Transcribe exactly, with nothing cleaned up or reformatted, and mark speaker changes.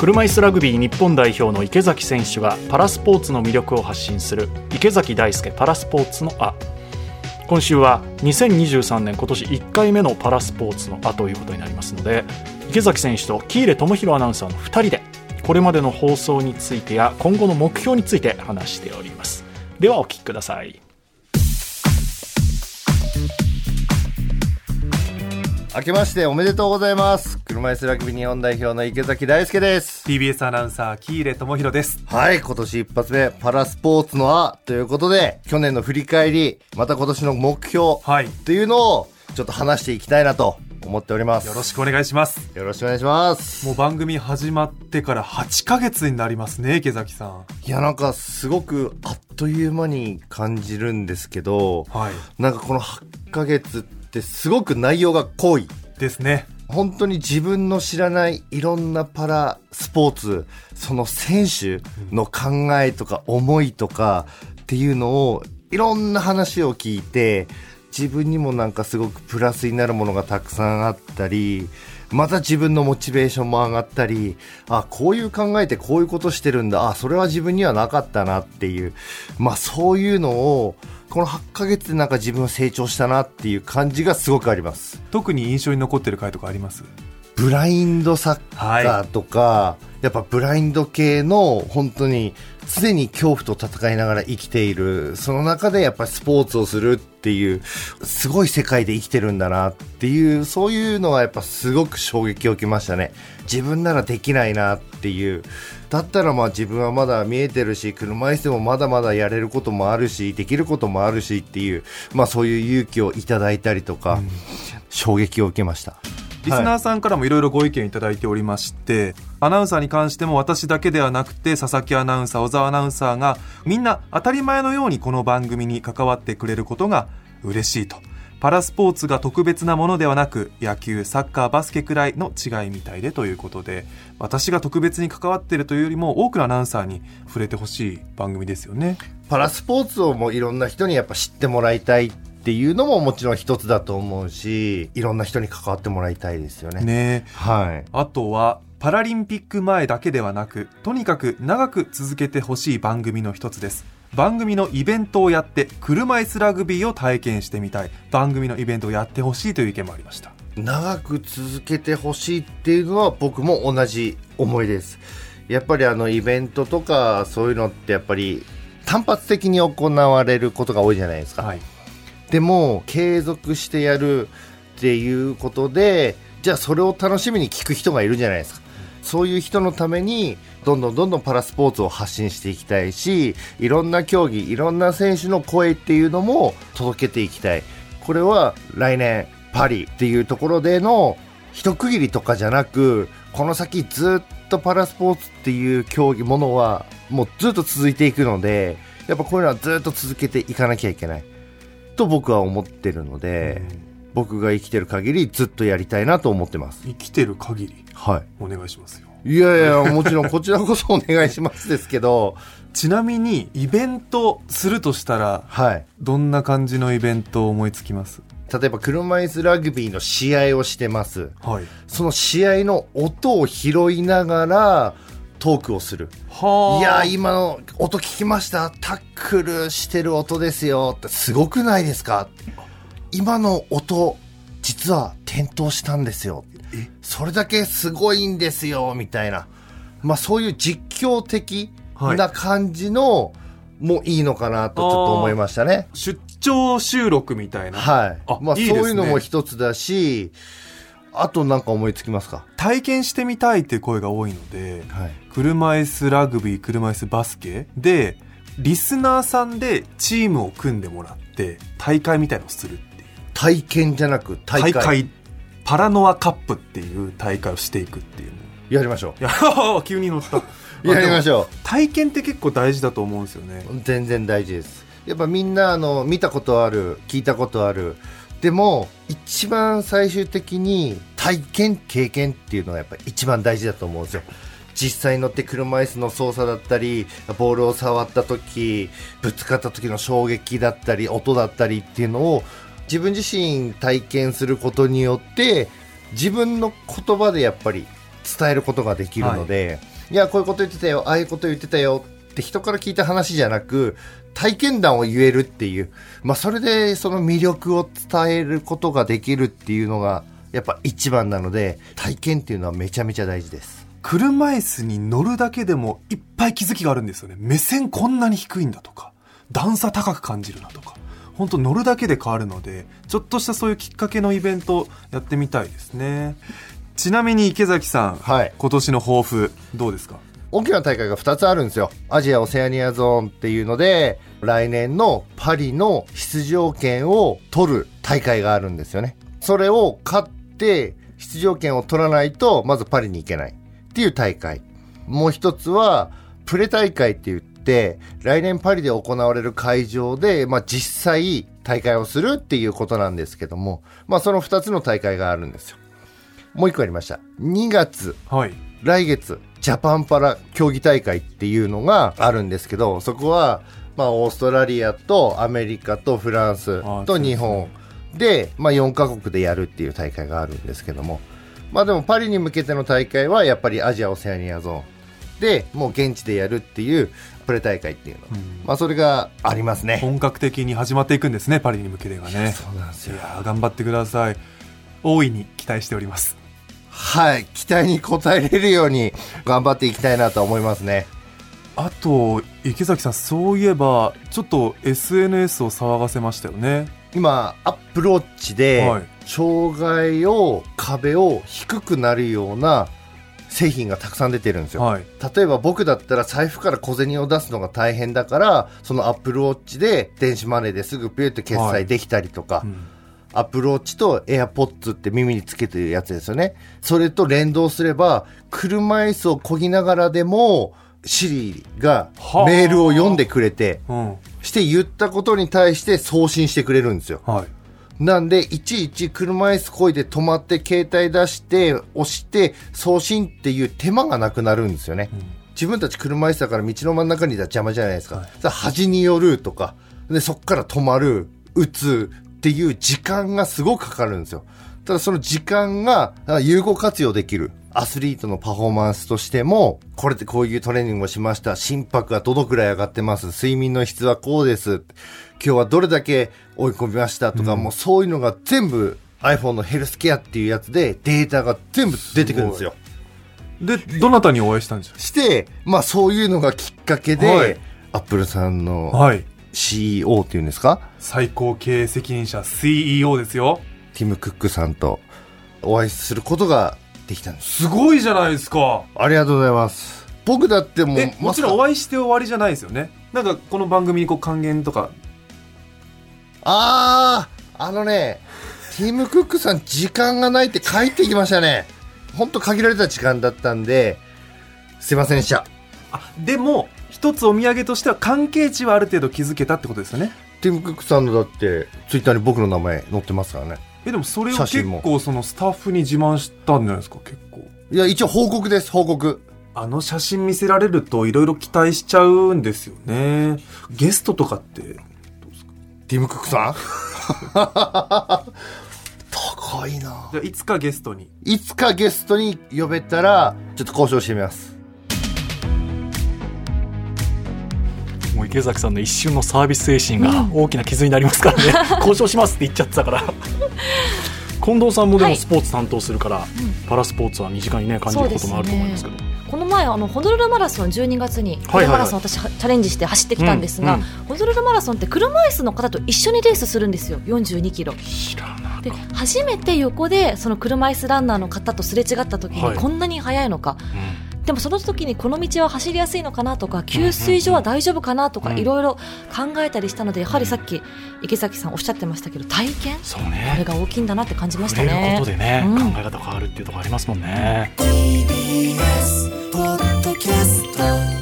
Speaker 1: 車椅子ラグビー日本代表の池崎選手がパラスポーツの魅力を発信する池崎大輔パラスポーツのあ。今週はにせんにじゅうさんねん今年いっかいめのパラスポーツのあということになりますので、池崎選手と喜入智弘アナウンサーのふたりでこれまでの放送についてや今後の目標について話しております。ではお聞きください。
Speaker 2: 明けましておめでとうございます。車椅子ラグビー日本代表の池崎大輔です。
Speaker 3: ティービーエス アナウンサー喜入智弘です。
Speaker 2: はい、今年一発目パラスポーツのあということで、去年の振り返り、また今年の目標というのをちょっと話していきたいなと思っております。
Speaker 3: よろしくお願いします。
Speaker 2: よろしくお願いします。
Speaker 3: もう番組始まってからはちかげつになりますね、池崎さん。
Speaker 2: いや、なんかすごくあっという間に感じるんですけど、はい、なんかこのはちかげつってすごく内容が濃い
Speaker 3: ですね。
Speaker 2: 本当に自分の知らないいろんなパラスポーツ、その選手の考えとか思いとかっていうのをいろんな話を聞いて、自分にもなんかすごくプラスになるものがたくさんあったり、また自分のモチベーションも上がったり、あ、こういう考えてこういうことしてるんだ、あ、それは自分にはなかったなっていう、まあそういうのをこのはちかげつでなんか自分は成長したなっていう感じがすごくあります。
Speaker 3: 特に印象に残ってる回とかあります？
Speaker 2: ブラインドサッカーとか、はい、やっぱブラインド系の本当に常に恐怖と戦いながら生きている、その中でやっぱりスポーツをするっていうすごい世界で生きてるんだなっていう、そういうのはやっぱすごく衝撃を受けましたね。自分ならできないなっていう、だったらまあ自分はまだ見えてるし、車椅子でもまだまだやれることもあるし、できることもあるしっていう、まあそういう勇気をいただいたりとか、うん、衝撃を受けました。
Speaker 3: リスナーさんからもいろいろご意見いただいておりまして、はい、アナウンサーに関しても私だけではなくて佐々木アナウンサー、小沢アナウンサーがみんな当たり前のようにこの番組に関わってくれることが嬉しいと。パラスポーツが特別なものではなく、野球、サッカー、バスケくらいの違いみたいでということで、私が特別に関わっているというよりも多くのアナウンサーに触れてほしい番組ですよね。
Speaker 2: パラスポーツをもういろんな人にやっぱ知ってもらいたいっていうのももちろん一つだと思うし、いろんな人に関わってもらいたいですよね。
Speaker 3: ね、
Speaker 2: はい。
Speaker 3: あとはパラリンピック前だけではなく、とにかく長く続けてほしい番組の一つです。番組のイベントをやって車椅子ラグビーを体験してみたい、番組のイベントをやってほしいという意見もありました。
Speaker 2: 長く続けてほしいっていうのは僕も同じ思いです。やっぱりあのイベントとかそういうのってやっぱり単発的に行われることが多いじゃないですか、はい。でも継続してやるっていうことで、じゃあそれを楽しみに聞く人がいるじゃないですか。そういう人のためにどんどんどんどんパラスポーツを発信していきたいし、いろんな競技、いろんな選手の声っていうのも届けていきたい。これは来年パリっていうところでの一区切りとかじゃなく、この先ずっとパラスポーツっていう競技ものはもうずっと続いていくので、やっぱこういうのはずっと続けていかなきゃいけないと僕は思ってるので、僕が生きてる限りずっとやりたいなと思ってます。
Speaker 3: 生きてる限り、
Speaker 2: はい、
Speaker 3: お願いしますよ。
Speaker 2: いやいや、もちろんこちらこそお願いしますですけど
Speaker 3: ちなみにイベントするとしたら、はい、どんな感じのイベントを思いつきます？
Speaker 2: 例えば車椅子ラグビーの試合をしてます、はい、その試合の音を拾いながらトークをする。はあ、いや今の音聞きました、タックルしてる音ですよってすごくないですか、今の音実は転倒したんですよ、えそれだけすごいんですよみたいな、まあ、そういう実況的な感じの、はい、もういいのかなとちょっと思いましたね。
Speaker 3: 出張収録みたいな、
Speaker 2: はい、あ、まあ、いいですね。そういうのも一つだし、あとなんか思いつきますか？
Speaker 3: 体験してみたいっていう声が多いので、はい、車椅子ラグビー、車椅子バスケでリスナーさんでチームを組んでもらって大会みたいのをするっていう。
Speaker 2: 体験じゃなく大会。
Speaker 3: 大会パラノアカップっていう大会をしていくっていうの
Speaker 2: やりましょう。
Speaker 3: いや急に乗った
Speaker 2: やりましょう。
Speaker 3: 体験って結構大事だと思うんですよね。
Speaker 2: 全然大事です。やっぱみんなあの見たことある、聞いたことある、でも一番最終的に体験経験っていうのがやっぱり一番大事だと思うんですよ。実際乗って車椅子の操作だったり、ボールを触った時、ぶつかった時の衝撃だったり音だったりっていうのを自分自身体験することによって自分の言葉でやっぱり伝えることができるので、はい、 いやこういうこと言ってたよ、ああいうこと言ってたよって人から聞いた話じゃなく、体験談を言えるっていう、まあ、それでその魅力を伝えることができるっていうのがやっぱ一番なので、体験っていうのはめちゃめちゃ大事です。
Speaker 3: 車椅子に乗るだけでもいっぱい気づきがあるんですよね。目線こんなに低いんだとか、段差高く感じるなとか、本当乗るだけで変わるので、ちょっとしたそういうきっかけのイベントやってみたいですね。ちなみに池崎さん、はい、今年の抱負どうですか？
Speaker 2: 大きな大会がふたつあるんですよ。アジアオセアニアゾーンっていうので、来年のパリの出場権を取る大会があるんですよね。それを勝って出場権を取らないとまずパリに行けないっていう大会。もう一つはプレ大会って言って来年パリで行われる会場で、まあ、実際大会をするっていうことなんですけども、まあ、そのふたつの大会があるんですよ。もう一個ありました。にがつ、はい、来月ジャパンパラ競技大会っていうのがあるんですけど、そこはまあオーストラリアとアメリカとフランスと日本でまあよんカ国でやるっていう大会があるんですけども、まあでもパリに向けての大会はやっぱりアジアオセアニアゾーンでもう現地でやるっていうプレ大会っていうの、うん、まあそれがありますね。
Speaker 3: 本格的に始まっていくんですね、パリに向けてがね。
Speaker 2: そうなんですよ。
Speaker 3: いや頑張ってください。大いに期待しております。
Speaker 2: はい、期待に応えれるように頑張っていきたいなと思いますね。
Speaker 3: あと池崎さん、そういえばちょっと エスエヌエス を騒がせましたよね。
Speaker 2: 今アップルウォッチで、はい、障害を壁を低くなるような製品がたくさん出てるんですよ、はい、例えば僕だったら財布から小銭を出すのが大変だから、そのアップルウォッチで電子マネーですぐピューって決済できたりとか、はい、うん、アップルウォッチと AirPods って耳につけてるやつですよね。それと連動すれば車椅子を漕ぎながらでも Siri がメールを読んでくれて、うん、して言ったことに対して送信してくれるんですよ、はい、なんでいちいち車椅子漕いで止まって携帯出して押して送信っていう手間がなくなるんですよね、うん、自分たち車椅子だから道の真ん中にいたら邪魔じゃないですか、はい、端に寄るとかでそっから止まる打つっていう時間がすごくかかるんですよ。ただその時間が有効活用できるアスリートのパフォーマンスとしても、これってこういうトレーニングをしました、心拍がどのくらい上がってます、睡眠の質はこうです、今日はどれだけ追い込みましたとか、うん、もうそういうのが全部 iPhone のヘルスケアっていうやつでデータが全部出てくるんですよ。
Speaker 3: でどなたにお会いしたんですか？
Speaker 2: して、まあ、そういうのがきっかけで、はい、アップルさんの、はい、シーイーオー っていうんですか、
Speaker 3: 最高経営責任者 シーイーオー ですよ。
Speaker 2: ティム・クックさんとお会いすることができたんです。
Speaker 3: すごいじゃないですか。
Speaker 2: ありがとうございます。僕だってもう
Speaker 3: えもちろんお会いして終わりじゃないですよね。なんかこの番組にこう還元とか。
Speaker 2: あーあのねティム・クックさん時間がないって帰ってきましたね。ほんと限られた時間だったんですいませんでした。
Speaker 3: あでも一つお土産としては関係値はある程度築けたってことですよね。
Speaker 2: ティム・クックさんのだってツイッターに僕の名前載ってますからね。
Speaker 3: えでもそれを結構そのスタッフに自慢したんじゃないですか。結構
Speaker 2: いや一応報告です。報告。
Speaker 3: あの写真見せられるといろいろ期待しちゃうんですよね。ゲストとかってどうですか？
Speaker 2: ティム・クックさん高いな。
Speaker 3: じゃあいつかゲストに
Speaker 2: いつかゲストに呼べたらちょっと交渉してみます。
Speaker 1: もう池崎さんの一瞬のサービス精神が大きな傷になりますからね、うん、交渉しますって言っちゃってたから近藤さんもでもスポーツ担当するから、はい、パラスポーツは身近にね感じることもあると思いますけど、ね、
Speaker 4: この前あのホノルルマラソンじゅうにがつにフルマラソン私チャレンジして走ってきたんですが、うんうん、ホノルルマラソンって車椅子の方と一緒にレースするんですよ。よんじゅうにキロ。
Speaker 1: 知らな
Speaker 4: で初めて横でその車椅子ランナーの方とすれ違った時にこんなに速いのか、はい、でもその時にこの道は走りやすいのかなとか給水所は大丈夫かなとかいろいろ考えたりしたので、やはりさっき池崎さんおっしゃってましたけど体験、そうね、これが大きいんだなって感じましたね。
Speaker 1: 触れることでね、うん、考え方変わるっていうところありますもんね。 ティービーエス ポッドキャスト